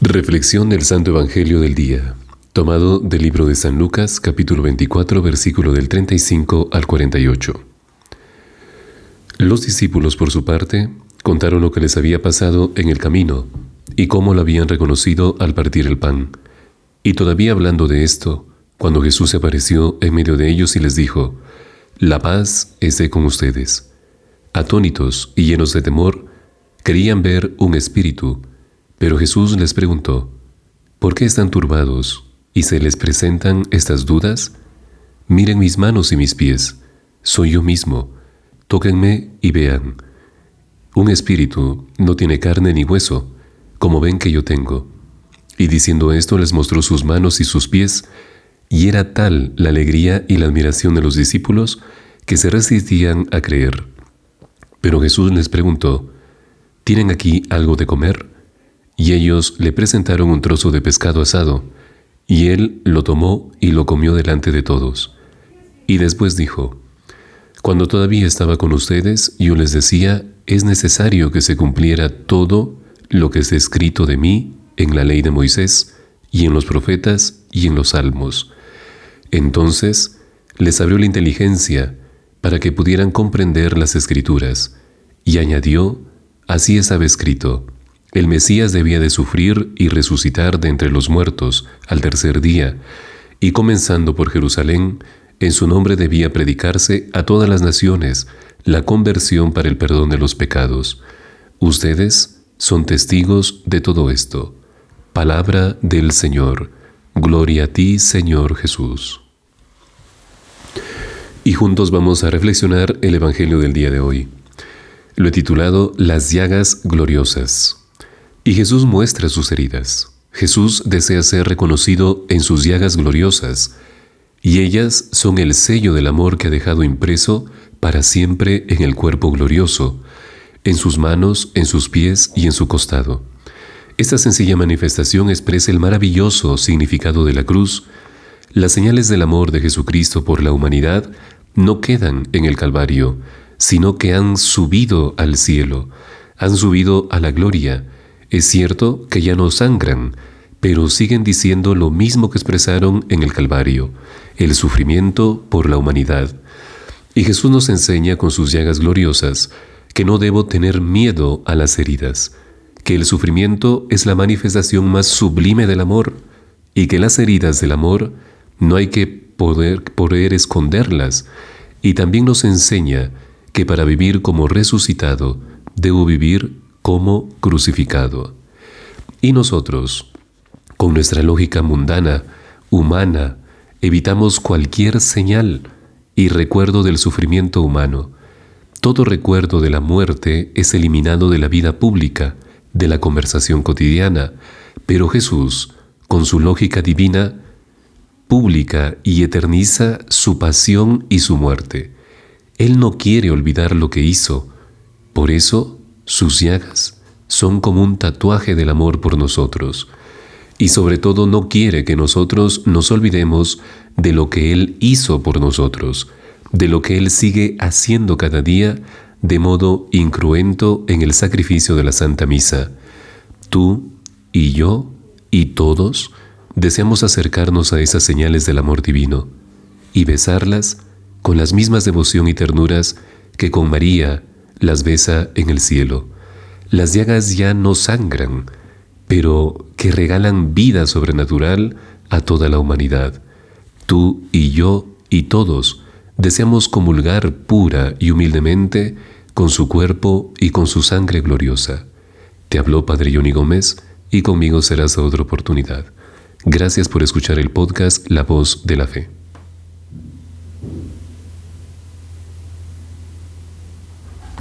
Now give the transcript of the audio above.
Reflexión del Santo Evangelio del día, tomado del libro de San Lucas, capítulo 24, versículo del 35 al 48. Los discípulos, por su parte, contaron lo que les había pasado en el camino y cómo lo habían reconocido al partir el pan. Y todavía hablando de esto, cuando Jesús se apareció en medio de ellos y les dijo: «La paz esté con ustedes». Atónitos y llenos de temor, querían ver un espíritu, pero Jesús les preguntó: «¿Por qué están turbados y se les presentan estas dudas? Miren mis manos y mis pies, soy yo mismo, tóquenme y vean. Un espíritu no tiene carne ni hueso, como ven que yo tengo». Y diciendo esto les mostró sus manos y sus pies, y era tal la alegría y la admiración de los discípulos que se resistían a creer. Pero Jesús les preguntó: «¿Tienen aquí algo de comer?». Y ellos le presentaron un trozo de pescado asado, y él lo tomó y lo comió delante de todos. Y después dijo: «Cuando todavía estaba con ustedes, yo les decía, es necesario que se cumpliera todo lo que está escrito de mí en la ley de Moisés, y en los profetas, y en los salmos». Entonces les abrió la inteligencia para que pudieran comprender las Escrituras, y añadió: «Así estaba escrito, el Mesías debía de sufrir y resucitar de entre los muertos al tercer día, y comenzando por Jerusalén, en su nombre debía predicarse a todas las naciones la conversión para el perdón de los pecados. Ustedes son testigos de todo esto». Palabra del Señor. Gloria a ti, Señor Jesús. Y juntos vamos a reflexionar el Evangelio del día de hoy. Lo he titulado Las llagas gloriosas. Y Jesús muestra sus heridas. Jesús desea ser reconocido en sus llagas gloriosas, y ellas son el sello del amor que ha dejado impreso para siempre en el cuerpo glorioso, en sus manos, en sus pies y en su costado. Esta sencilla manifestación expresa el maravilloso significado de la cruz. Las señales del amor de Jesucristo por la humanidad no quedan en el Calvario, sino que han subido al cielo, han subido a la gloria. Es cierto que ya no sangran, pero siguen diciendo lo mismo que expresaron en el Calvario: el sufrimiento por la humanidad. Y Jesús nos enseña con sus llagas gloriosas que no debo tener miedo a las heridas, que el sufrimiento es la manifestación más sublime del amor, y que las heridas del amor no hay que poder esconderlas. Y también nos enseña que para vivir como resucitado, debo vivir como crucificado. Y nosotros, con nuestra lógica mundana, humana, evitamos cualquier señal y recuerdo del sufrimiento humano. Todo recuerdo de la muerte es eliminado de la vida pública, de la conversación cotidiana, pero Jesús, con su lógica divina, publica y eterniza su pasión y su muerte. Él no quiere olvidar lo que hizo. Por eso, sus llagas son como un tatuaje del amor por nosotros. Y sobre todo no quiere que nosotros nos olvidemos de lo que Él hizo por nosotros, de lo que Él sigue haciendo cada día de modo incruento en el sacrificio de la Santa Misa. Tú y yo y todos deseamos acercarnos a esas señales del amor divino y besarlas con las mismas devoción y ternuras que con María las besa en el cielo. Las llagas ya no sangran, pero que regalan vida sobrenatural a toda la humanidad. Tú y yo y todos deseamos comulgar pura y humildemente con su cuerpo y con su sangre gloriosa. Te habló Padre Johnny Gómez, y conmigo serás a otra oportunidad. Gracias por escuchar el podcast La Voz de la Fe.